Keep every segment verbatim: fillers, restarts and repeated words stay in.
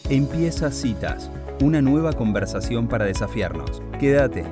Empieza Citas, una nueva conversación para desafiarnos. Quédate.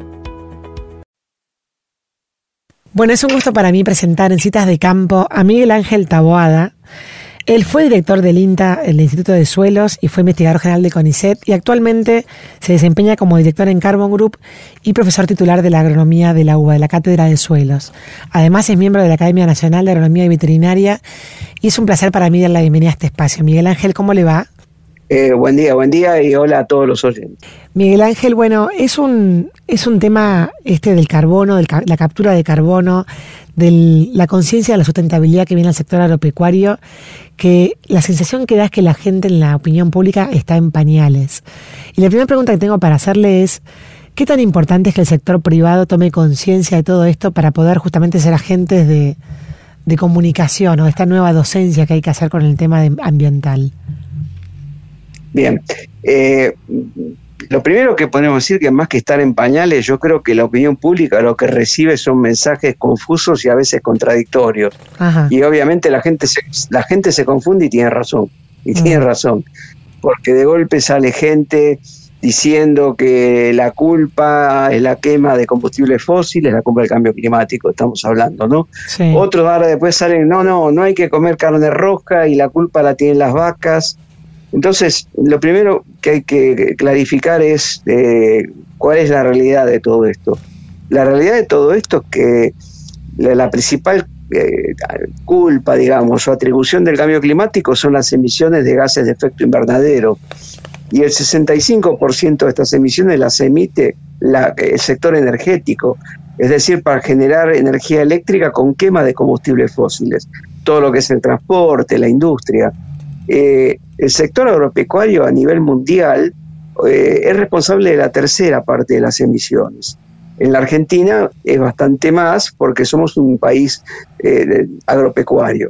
Bueno, es un gusto para mí presentar en Citas de Campo a Miguel Ángel Taboada. Él fue director del INTA, el Instituto de Suelos, y fue investigador general de CONICET, y actualmente se desempeña como director en Carbon Group y profesor titular de la agronomía de la U B A, de la Cátedra de Suelos. Además es miembro de la Academia Nacional de Agronomía y Veterinaria, y es un placer para mí dar la bienvenida a este espacio. Miguel Ángel, ¿cómo le va? Eh, buen día, buen día y hola a todos los oyentes. Miguel Ángel, bueno, es un es un tema este del carbono, de la captura de carbono, de la conciencia de la sustentabilidad que viene al sector agropecuario, que la sensación que da es que la gente en la opinión pública está en pañales. Y la primera pregunta que tengo para hacerle es, ¿qué tan importante es que el sector privado tome conciencia de todo esto para poder justamente ser agentes de, de comunicación o de esta nueva docencia que hay que hacer con el tema de, ambiental? Bien, eh, lo primero que podemos decir que más que estar en pañales, yo creo que la opinión pública lo que recibe son mensajes confusos y a veces contradictorios. Ajá. Y obviamente la gente se, la gente se confunde y tiene razón, y mm. tiene razón, porque de golpe sale gente diciendo que la culpa es la quema de combustibles fósiles, la culpa del cambio climático, estamos hablando, ¿no? Sí. Otros ahora después salen, no, no, no hay que comer carne roja y la culpa la tienen las vacas. Entonces, lo primero que hay que clarificar es eh, cuál es la realidad de todo esto. La realidad de todo esto es que la, la principal eh, culpa, digamos, o atribución del cambio climático son las emisiones de gases de efecto invernadero. Y el sesenta y cinco por ciento de estas emisiones las emite la, el sector energético, es decir, para generar energía eléctrica con quema de combustibles fósiles. Todo lo que es el transporte, la industria. Eh, el sector agropecuario a nivel mundial eh, es responsable de la tercera parte de las emisiones. En la Argentina es bastante más porque somos un país eh, agropecuario.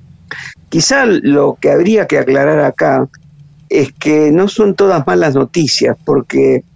Quizá lo que habría que aclarar acá es que no son todas malas noticias, porque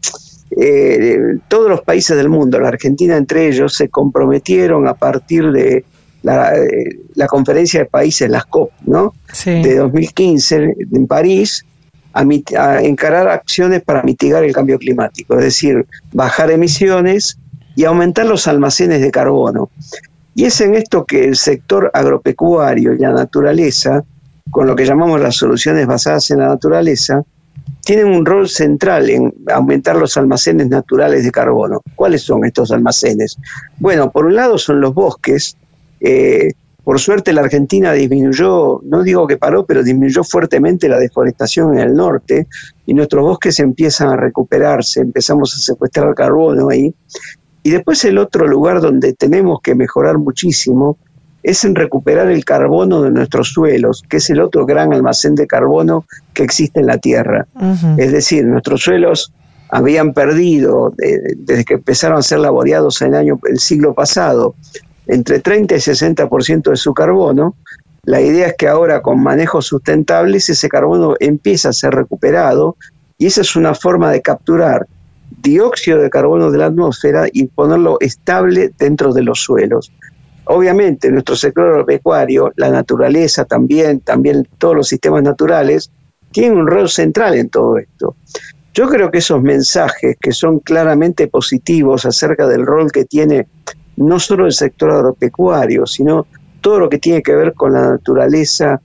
eh, todos los países del mundo, la Argentina entre ellos, se comprometieron a partir de La, la conferencia de países, las COP, ¿no? Sí. De dos mil quince en París, a, mit, a encarar acciones para mitigar el cambio climático, es decir, bajar emisiones y aumentar los almacenes de carbono. Y es en esto que el sector agropecuario y la naturaleza, con lo que llamamos las soluciones basadas en la naturaleza, tienen un rol central en aumentar los almacenes naturales de carbono. ¿Cuáles son estos almacenes? Bueno, por un lado son los bosques. Eh, por suerte la Argentina disminuyó, no digo que paró, pero disminuyó fuertemente la deforestación en el norte y nuestros bosques empiezan a recuperarse, empezamos a secuestrar carbono ahí. Y después el otro lugar donde tenemos que mejorar muchísimo es en recuperar el carbono de nuestros suelos, que es el otro gran almacén de carbono que existe en la Tierra. Uh-huh. Es decir, nuestros suelos habían perdido, eh, desde que empezaron a ser laboreados en el, año, el siglo pasado, entre treinta y sesenta por ciento de su carbono. La idea es que ahora con manejos sustentables ese carbono empieza a ser recuperado y esa es una forma de capturar dióxido de carbono de la atmósfera y ponerlo estable dentro de los suelos. Obviamente nuestro sector agropecuario, la naturaleza también, también todos los sistemas naturales tienen un rol central en todo esto. Yo creo que esos mensajes que son claramente positivos acerca del rol que tiene no solo el sector agropecuario, sino todo lo que tiene que ver con la naturaleza,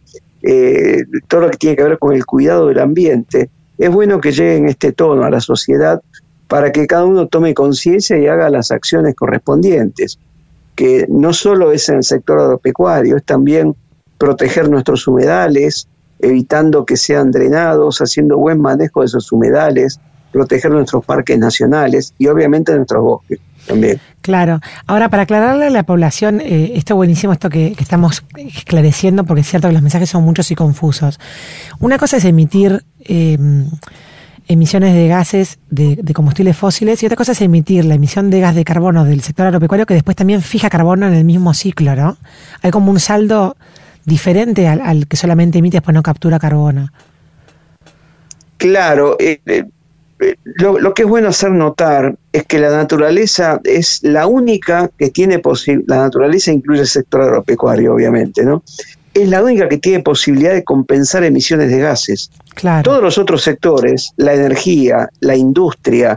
eh, todo lo que tiene que ver con el cuidado del ambiente, es bueno que llegue en este tono a la sociedad para que cada uno tome conciencia y haga las acciones correspondientes, que no solo es en el sector agropecuario, es también proteger nuestros humedales, evitando que sean drenados, haciendo buen manejo de esos humedales, proteger nuestros parques nacionales y obviamente nuestros bosques también. Claro. Ahora, para aclararle a la población, eh, esto es buenísimo, esto que, que estamos esclareciendo, porque es cierto que los mensajes son muchos y confusos. Una cosa es emitir eh, emisiones de gases de, de combustibles fósiles y otra cosa es emitir la emisión de gas de carbono del sector agropecuario que después también fija carbono en el mismo ciclo, ¿no? Hay como un saldo diferente al, al que solamente emite y después no captura carbono. Claro, eh, eh, lo, lo que es bueno hacer notar es que la naturaleza es la única que tiene posibilidad, la naturaleza incluye el sector agropecuario, obviamente, ¿no? es la única que tiene posibilidad de compensar emisiones de gases. Claro. Todos los otros sectores, la energía, la industria,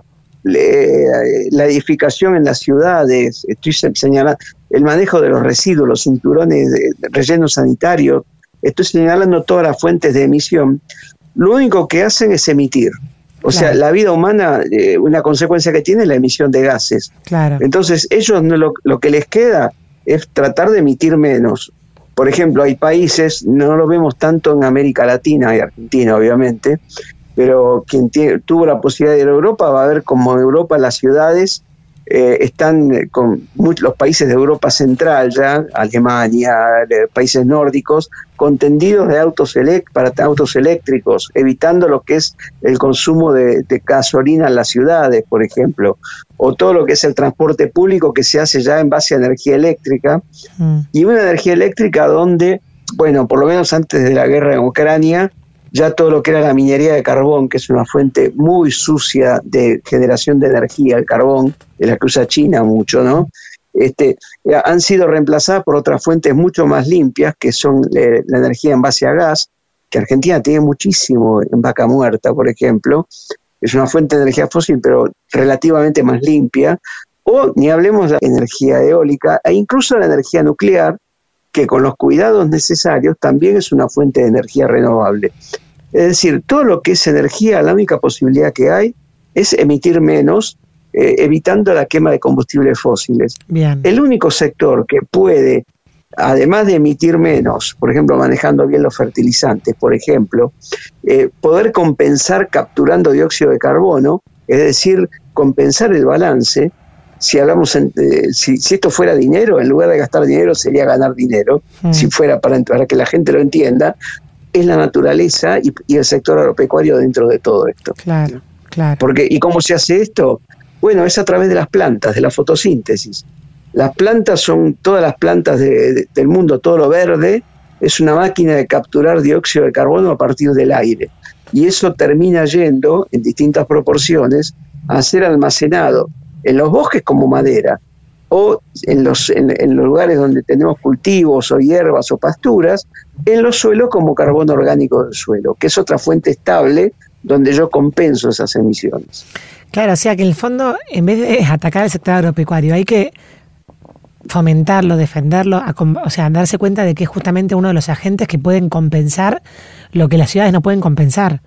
le, la edificación en las ciudades, estoy señalando el manejo de los residuos, los cinturones de relleno sanitario, estoy señalando todas las fuentes de emisión, lo único que hacen es emitir. O claro. sea, la vida humana, eh, una consecuencia que tiene es la emisión de gases. Claro. Entonces, ellos no, lo, lo que les queda es tratar de emitir menos. Por ejemplo, hay países, no lo vemos tanto en América Latina y Argentina, obviamente, pero quien tiene, tuvo la posibilidad de ir a Europa va a ver como en Europa las ciudades eh, están con muchos, los países de Europa Central ya, Alemania, países nórdicos, con tendidos de autos elect, para autos eléctricos, evitando lo que es el consumo de, de gasolina en las ciudades, por ejemplo, o todo lo que es el transporte público que se hace ya en base a energía eléctrica, mm. y una energía eléctrica donde, bueno, por lo menos antes de la guerra en Ucrania, ya todo lo que era la minería de carbón, que es una fuente muy sucia de generación de energía, el carbón, de la que usa China mucho, ¿no? Este, han sido reemplazadas por otras fuentes mucho más limpias, que son eh, la energía en base a gas, que Argentina tiene muchísimo en Vaca Muerta, por ejemplo. Es una fuente de energía fósil, pero relativamente más limpia. O ni hablemos de la energía eólica e incluso la energía nuclear, que con los cuidados necesarios también es una fuente de energía renovable. Es decir, todo lo que es energía, la única posibilidad que hay es emitir menos, eh, evitando la quema de combustibles fósiles. Bien. El único sector que puede, además de emitir menos, por ejemplo, manejando bien los fertilizantes, por ejemplo, eh, poder compensar capturando dióxido de carbono, es decir, compensar el balance. Si hablamos en, eh, si, si esto fuera dinero, en lugar de gastar dinero sería ganar dinero, mm. si fuera para, para que la gente lo entienda, es la naturaleza y, y el sector agropecuario dentro de todo esto. Claro, claro. Porque, ¿y cómo se hace esto? Bueno, es a través de las plantas, de la fotosíntesis. Las plantas son, todas las plantas de, de, del mundo, todo lo verde, es una máquina de capturar dióxido de carbono a partir del aire. Y eso termina yendo, en distintas proporciones, a ser almacenado en los bosques como madera, o en los, en, en los lugares donde tenemos cultivos o hierbas o pasturas, en los suelos como carbono orgánico del suelo, que es otra fuente estable donde yo compenso esas emisiones. Claro, o sea que en el fondo, en vez de atacar el sector agropecuario, hay que fomentarlo, defenderlo, a, o sea, darse cuenta de que es justamente uno de los agentes que pueden compensar lo que las ciudades no pueden compensar.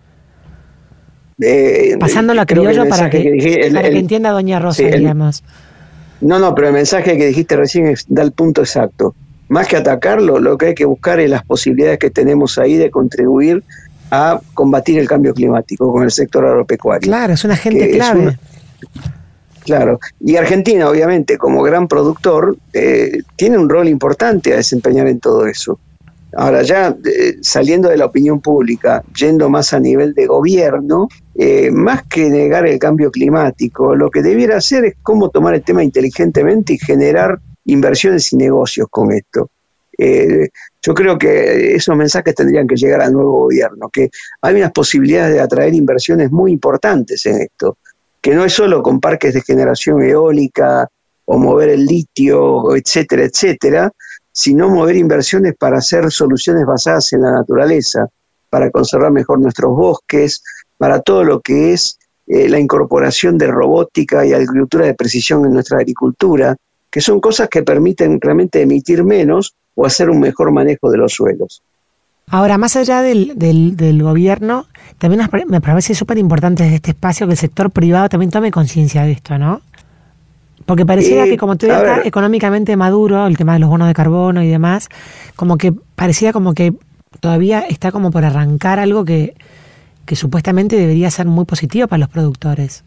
Eh, Pasándolo a criollo para, que, que, dije, el, para el, que entienda doña Rosa, sí, el, digamos. No, no, pero el mensaje que dijiste recién es, da el punto exacto. Más que atacarlo, lo que hay que buscar es las posibilidades que tenemos ahí de contribuir a combatir el cambio climático con el sector agropecuario. Claro, es un agente clave. Una, claro, y Argentina, obviamente, como gran productor, eh, tiene un rol importante a desempeñar en todo eso. Ahora ya eh, saliendo de la opinión pública, yendo más a nivel de gobierno, eh, más que negar el cambio climático, lo que debiera hacer es cómo tomar el tema inteligentemente y generar inversiones y negocios con esto. Eh, yo creo que esos mensajes tendrían que llegar al nuevo gobierno, que hay unas posibilidades de atraer inversiones muy importantes en esto, que no es solo con parques de generación eólica o mover el litio, etcétera, etcétera, sino mover inversiones para hacer soluciones basadas en la naturaleza, para conservar mejor nuestros bosques, para todo lo que es eh, la incorporación de robótica y agricultura de precisión en nuestra agricultura, que son cosas que permiten realmente emitir menos o hacer un mejor manejo de los suelos. Ahora, más allá del, del, del gobierno, también me parece súper importante desde este espacio que el sector privado también tome conciencia de esto, ¿no? Porque pareciera eh, que como todavía está económicamente maduro, el tema de los bonos de carbono y demás, como que parecía como que todavía está como por arrancar algo que, que supuestamente debería ser muy positivo para los productores.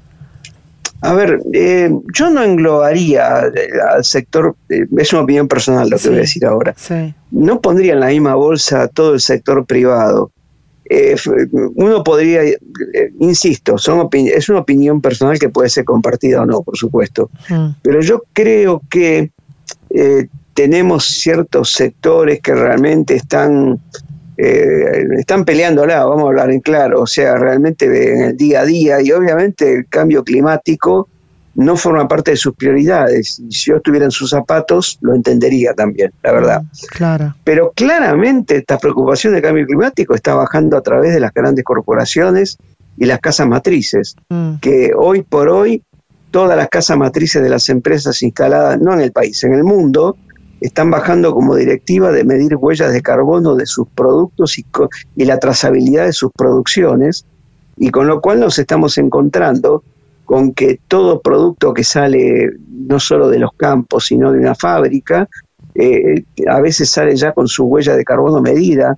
A ver, eh, yo no englobaría al sector, eh, es una opinión personal lo que sí, voy a decir ahora, sí. No pondría en la misma bolsa todo el sector privado. Eh, uno podría, eh, insisto, son opini- es una opinión personal que puede ser compartida o no, por supuesto, mm. pero yo creo que eh, tenemos ciertos sectores que realmente están eh, están peleándola, vamos a hablar en claro, o sea, realmente en el día a día, y obviamente el cambio climático no forma parte de sus prioridades. Y si yo estuviera en sus zapatos, lo entendería también, la verdad. Claro. Pero claramente esta preocupación del cambio climático está bajando a través de las grandes corporaciones y las casas matrices, mm. que hoy por hoy todas las casas matrices de las empresas instaladas, no en el país, en el mundo, están bajando como directiva de medir huellas de carbono de sus productos y, y la trazabilidad de sus producciones, y con lo cual nos estamos encontrando con que todo producto que sale no solo de los campos, sino de una fábrica, eh, a veces sale ya con su huella de carbono medida,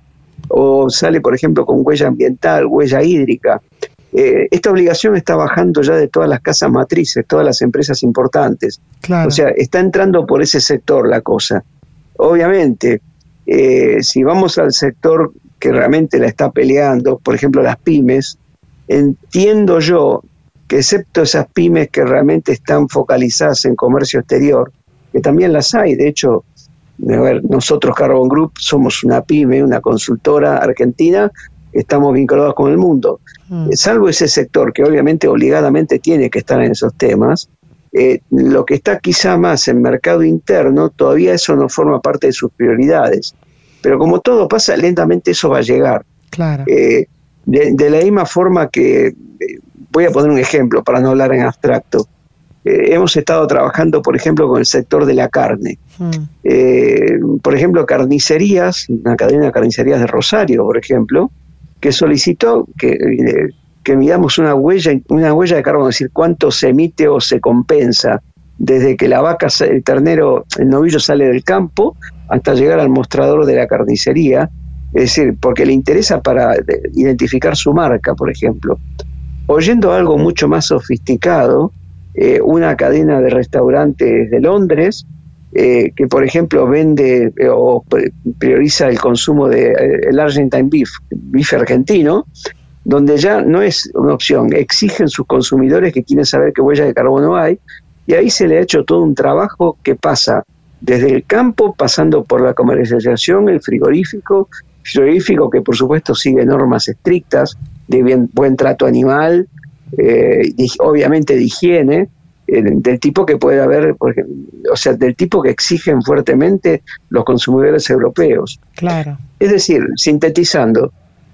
o sale, por ejemplo, con huella ambiental, huella hídrica. Eh, esta obligación está bajando ya de todas las casas matrices, todas las empresas importantes. Claro. O sea, está entrando por ese sector la cosa. Obviamente, eh, si vamos al sector que realmente la está peleando, por ejemplo, las pymes, entiendo yo que excepto esas pymes que realmente están focalizadas en comercio exterior, que también las hay, de hecho, a ver, nosotros Carbon Group somos una pyme, una consultora argentina, estamos vinculados con el mundo. Mm. Salvo ese sector que obviamente obligadamente tiene que estar en esos temas, eh, lo que está quizá más en mercado interno, todavía eso no forma parte de sus prioridades. Pero como todo pasa, lentamente eso va a llegar. Claro. Eh, de, de la misma forma que, eh, voy a poner un ejemplo para no hablar en abstracto, eh, hemos estado trabajando, por ejemplo, con el sector de la carne. Mm. Eh, por ejemplo, carnicerías, una cadena de carnicerías de Rosario, por ejemplo, que solicitó que, que midamos una huella, una huella de carbono, es decir, cuánto se emite o se compensa desde que la vaca, el ternero, el novillo sale del campo hasta llegar al mostrador de la carnicería, es decir, porque le interesa para identificar su marca, por ejemplo. Oyendo algo mucho más sofisticado, eh, una cadena de restaurantes de Londres, Eh, que por ejemplo vende eh, o prioriza el consumo de eh, el Argentine Beef, bife argentino, donde ya no es una opción, exigen sus consumidores que quieren saber qué huella de carbono hay, y ahí se le ha hecho todo un trabajo que pasa desde el campo, pasando por la comercialización, el frigorífico, frigorífico que por supuesto sigue normas estrictas de bien, buen trato animal, eh, y obviamente de higiene, del tipo que puede haber, por ejemplo, o sea, del tipo que exigen fuertemente los consumidores europeos. Claro. Es decir, sintetizando,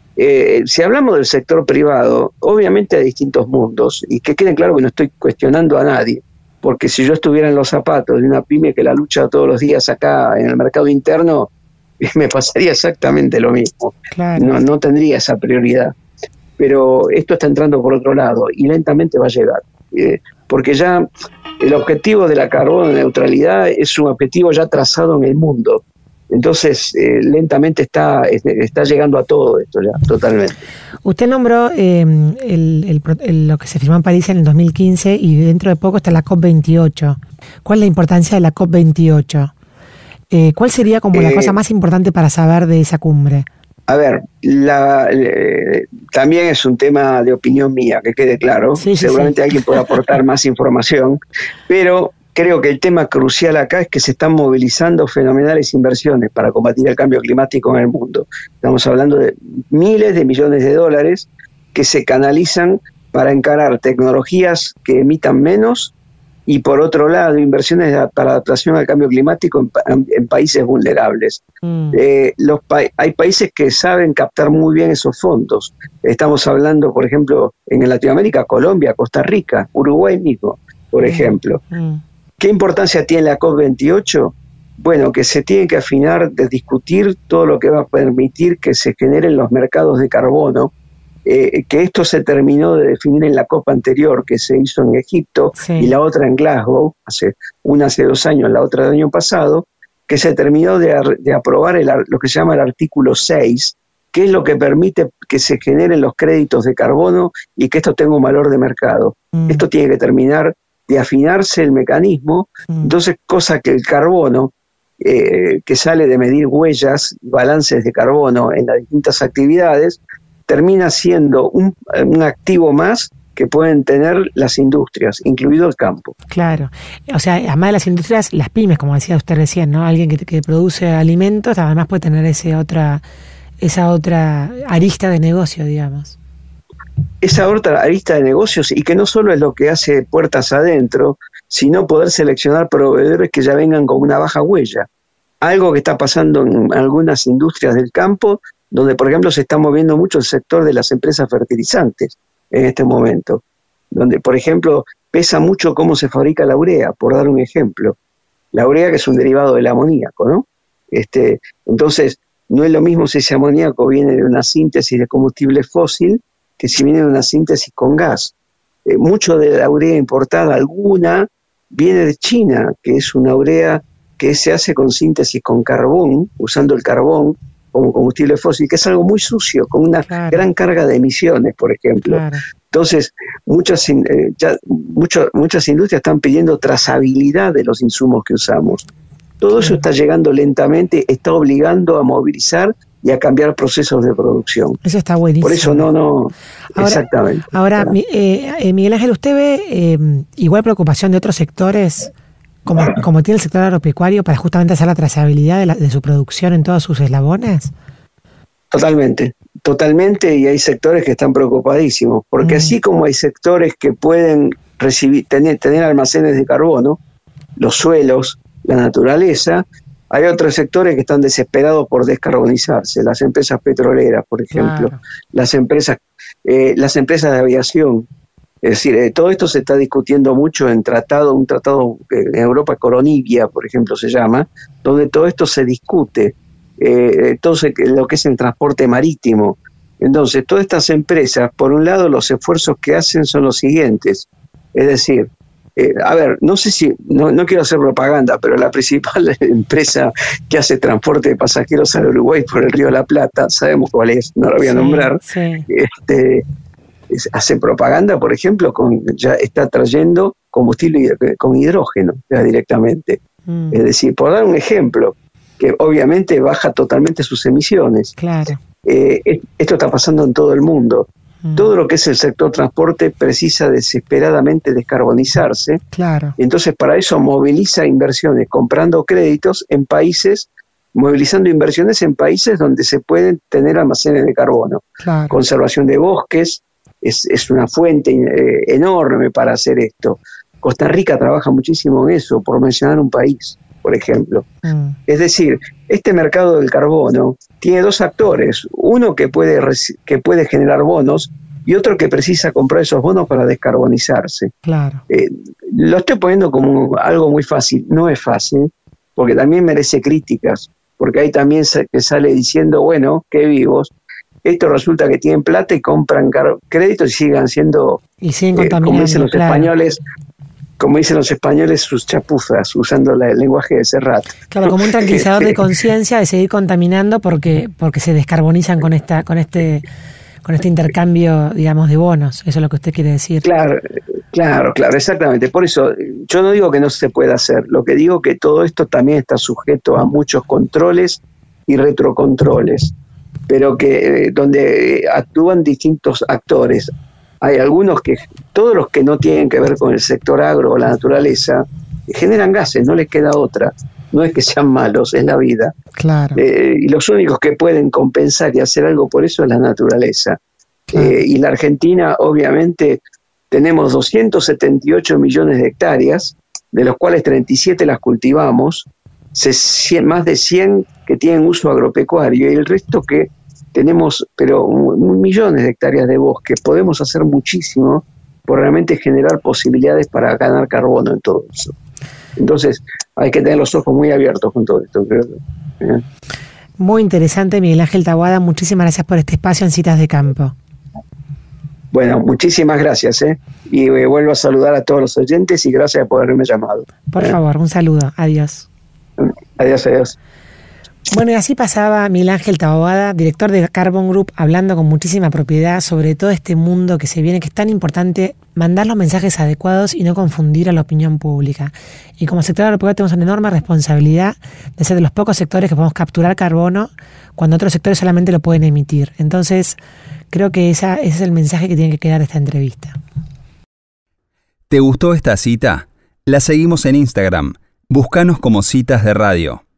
eh, si hablamos del sector privado, obviamente hay distintos mundos, y que quede claro que no estoy cuestionando a nadie, porque si yo estuviera en los zapatos de una pyme que la lucha todos los días acá en el mercado interno, me pasaría exactamente lo mismo. Claro. No, no tendría esa prioridad. Pero esto está entrando por otro lado, y lentamente va a llegar. Eh, porque ya el objetivo de la carbono neutralidad es un objetivo ya trazado en el mundo. Entonces, eh, lentamente está, está llegando a todo esto ya, totalmente. Usted nombró eh, el, el, el, lo que se firmó en París en el dos mil quince y dentro de poco está la COP veintiocho. ¿Cuál es la importancia de la COP veintiocho? Eh, ¿Cuál sería como eh, la cosa más importante para saber de esa cumbre? A ver, la, eh, también es un tema de opinión mía, que quede claro. Sí, sí, Seguramente sí. alguien puede aportar más información, pero creo que el tema crucial acá es que se están movilizando fenomenales inversiones para combatir el cambio climático en el mundo. Estamos hablando de miles de millones de dólares que se canalizan para encarar tecnologías que emitan menos y, por otro lado, inversiones para adaptación al cambio climático en, en, en países vulnerables. Mm. Eh, los pa- hay países que saben captar muy bien esos fondos. Estamos hablando, por ejemplo, en Latinoamérica, Colombia, Costa Rica, Uruguay mismo, por mm. ejemplo. Mm. ¿Qué importancia tiene la COP veintiocho? Bueno, que se tiene que afinar de discutir todo lo que va a permitir que se generen los mercados de carbono, eh, que esto se terminó de definir en la COP anterior que se hizo en Egipto, sí, y la otra en Glasgow, hace una hace dos años, la otra del año pasado, que se terminó de, de aprobar el, lo que se llama el artículo seis, que es lo que permite que se generen los créditos de carbono y que esto tenga un valor de mercado. Mm. Esto tiene que terminar de afinarse el mecanismo, mm. entonces cosa que el carbono, eh, que sale de medir huellas y balances de carbono en las distintas actividades, termina siendo un, un activo más que pueden tener las industrias, incluido el campo. Claro, o sea, además de las industrias, las pymes, como decía usted recién, ¿no? Alguien que, que produce alimentos, además puede tener ese otra, esa otra arista de negocio, digamos. esa otra arista de negocios, y que no solo es lo que hace puertas adentro, sino poder seleccionar proveedores que ya vengan con una baja huella. Algo que está pasando en algunas industrias del campo, donde por ejemplo se está moviendo mucho el sector de las empresas fertilizantes en este momento, donde por ejemplo pesa mucho cómo se fabrica la urea, por dar un ejemplo. La urea, que es un derivado del amoníaco, ¿no? Este, entonces, no es lo mismo si ese amoníaco viene de una síntesis de combustible fósil que si viene de una síntesis con gas. Eh, mucho de la urea importada, alguna, viene de China, que es una urea que se hace con síntesis con carbón, usando el carbón como combustible fósil, que es algo muy sucio, con una claro. gran carga de emisiones, por ejemplo. Claro. Entonces, muchas, eh, ya, mucho, muchas industrias están pidiendo trazabilidad de los insumos que usamos. Todo eso está llegando lentamente, está obligando a movilizar y a cambiar procesos de producción. Eso está buenísimo. Por eso no, no, ahora, exactamente. Ahora, eh, Miguel Ángel, ¿usted ve eh, igual preocupación de otros sectores, como, como tiene el sector agropecuario, para justamente hacer la trazabilidad de, la, de su producción en todos sus eslabones? Totalmente, totalmente, y hay sectores que están preocupadísimos, porque mm. así como hay sectores que pueden recibir, tener, tener almacenes de carbono, los suelos, la naturaleza, hay otros sectores que están desesperados por descarbonizarse, las empresas petroleras, por ejemplo, claro. las empresas, eh, las empresas de aviación. Es decir, eh, todo esto se está discutiendo mucho en tratado, un tratado en Europa, Coronibia, por ejemplo, se llama, donde todo esto se discute, eh, todo se, lo que es el transporte marítimo. Entonces, todas estas empresas, por un lado, los esfuerzos que hacen son los siguientes, es decir, Eh, a ver, no sé si, no, no quiero hacer propaganda, pero la principal empresa que hace transporte de pasajeros al Uruguay por el Río de la Plata, sabemos cuál es, no la voy a sí, nombrar, sí. Este, es, hace propaganda, por ejemplo, con ya está trayendo combustible con hidrógeno ya directamente. Mm. Es decir, por dar un ejemplo, que obviamente baja totalmente sus emisiones. Claro. Eh, esto está pasando en todo el mundo. Todo lo que es el sector transporte precisa desesperadamente descarbonizarse. Claro. Entonces, para eso moviliza inversiones, comprando créditos en países, movilizando inversiones en países donde se pueden tener almacenes de carbono. Claro. Conservación de bosques es, es una fuente eh, enorme para hacer esto. Costa Rica trabaja muchísimo en eso, por mencionar un país, por ejemplo. Mm. Es decir, este mercado del carbono tiene dos actores, uno que puede, que puede generar bonos y otro que precisa comprar esos bonos para descarbonizarse. Claro. Eh, lo estoy poniendo como algo muy fácil, no es fácil, porque también merece críticas, porque hay también se, que sale diciendo, bueno, qué vivos, esto resulta que tienen plata y compran créditos y sigan siendo, y siguen eh, como dicen los claro. españoles, como dicen los españoles, sus chapuzas, usando la, el lenguaje de Serrat. Claro, como un tranquilizador de conciencia de seguir contaminando porque porque se descarbonizan con esta con este con este intercambio, digamos, de bonos. Eso es lo que usted quiere decir. Claro, claro, claro, exactamente. Por eso, yo no digo que no se pueda hacer. Lo que digo que todo esto también está sujeto a muchos controles y retrocontroles, pero que eh, donde actúan distintos actores. Hay algunos que, todos los que no tienen que ver con el sector agro o la naturaleza, generan gases, no les queda otra. No es que sean malos, es la vida. Claro. Eh, y los únicos que pueden compensar y hacer algo por eso es la naturaleza. Claro. Eh, y la Argentina, obviamente, tenemos doscientos setenta y ocho millones de hectáreas, de los cuales treinta y siete las cultivamos, cien, más de cien que tienen uso agropecuario y el resto que tenemos, pero un, millones de hectáreas de bosque. Podemos hacer muchísimo por realmente generar posibilidades para ganar carbono en todo eso. Entonces, hay que tener los ojos muy abiertos con todo esto, creo. ¿Eh? Muy interesante, Miguel Ángel Taboada. Muchísimas gracias por este espacio en Citas de Campo. Bueno, muchísimas gracias, ¿eh? Y eh, vuelvo a saludar a todos los oyentes y gracias por haberme llamado. Por ¿eh? favor, un saludo. Adiós. Adiós, adiós. Bueno, y así pasaba Miguel Ángel Taboada, director de Carbon Group, hablando con muchísima propiedad sobre todo este mundo que se viene, que es tan importante mandar los mensajes adecuados y no confundir a la opinión pública. Y como sector agropecuario tenemos una enorme responsabilidad de ser de los pocos sectores que podemos capturar carbono cuando otros sectores solamente lo pueden emitir. Entonces, creo que esa, ese es el mensaje que tiene que quedar esta entrevista. ¿Te gustó esta cita? La seguimos en Instagram. Búscanos como Citas de Radio.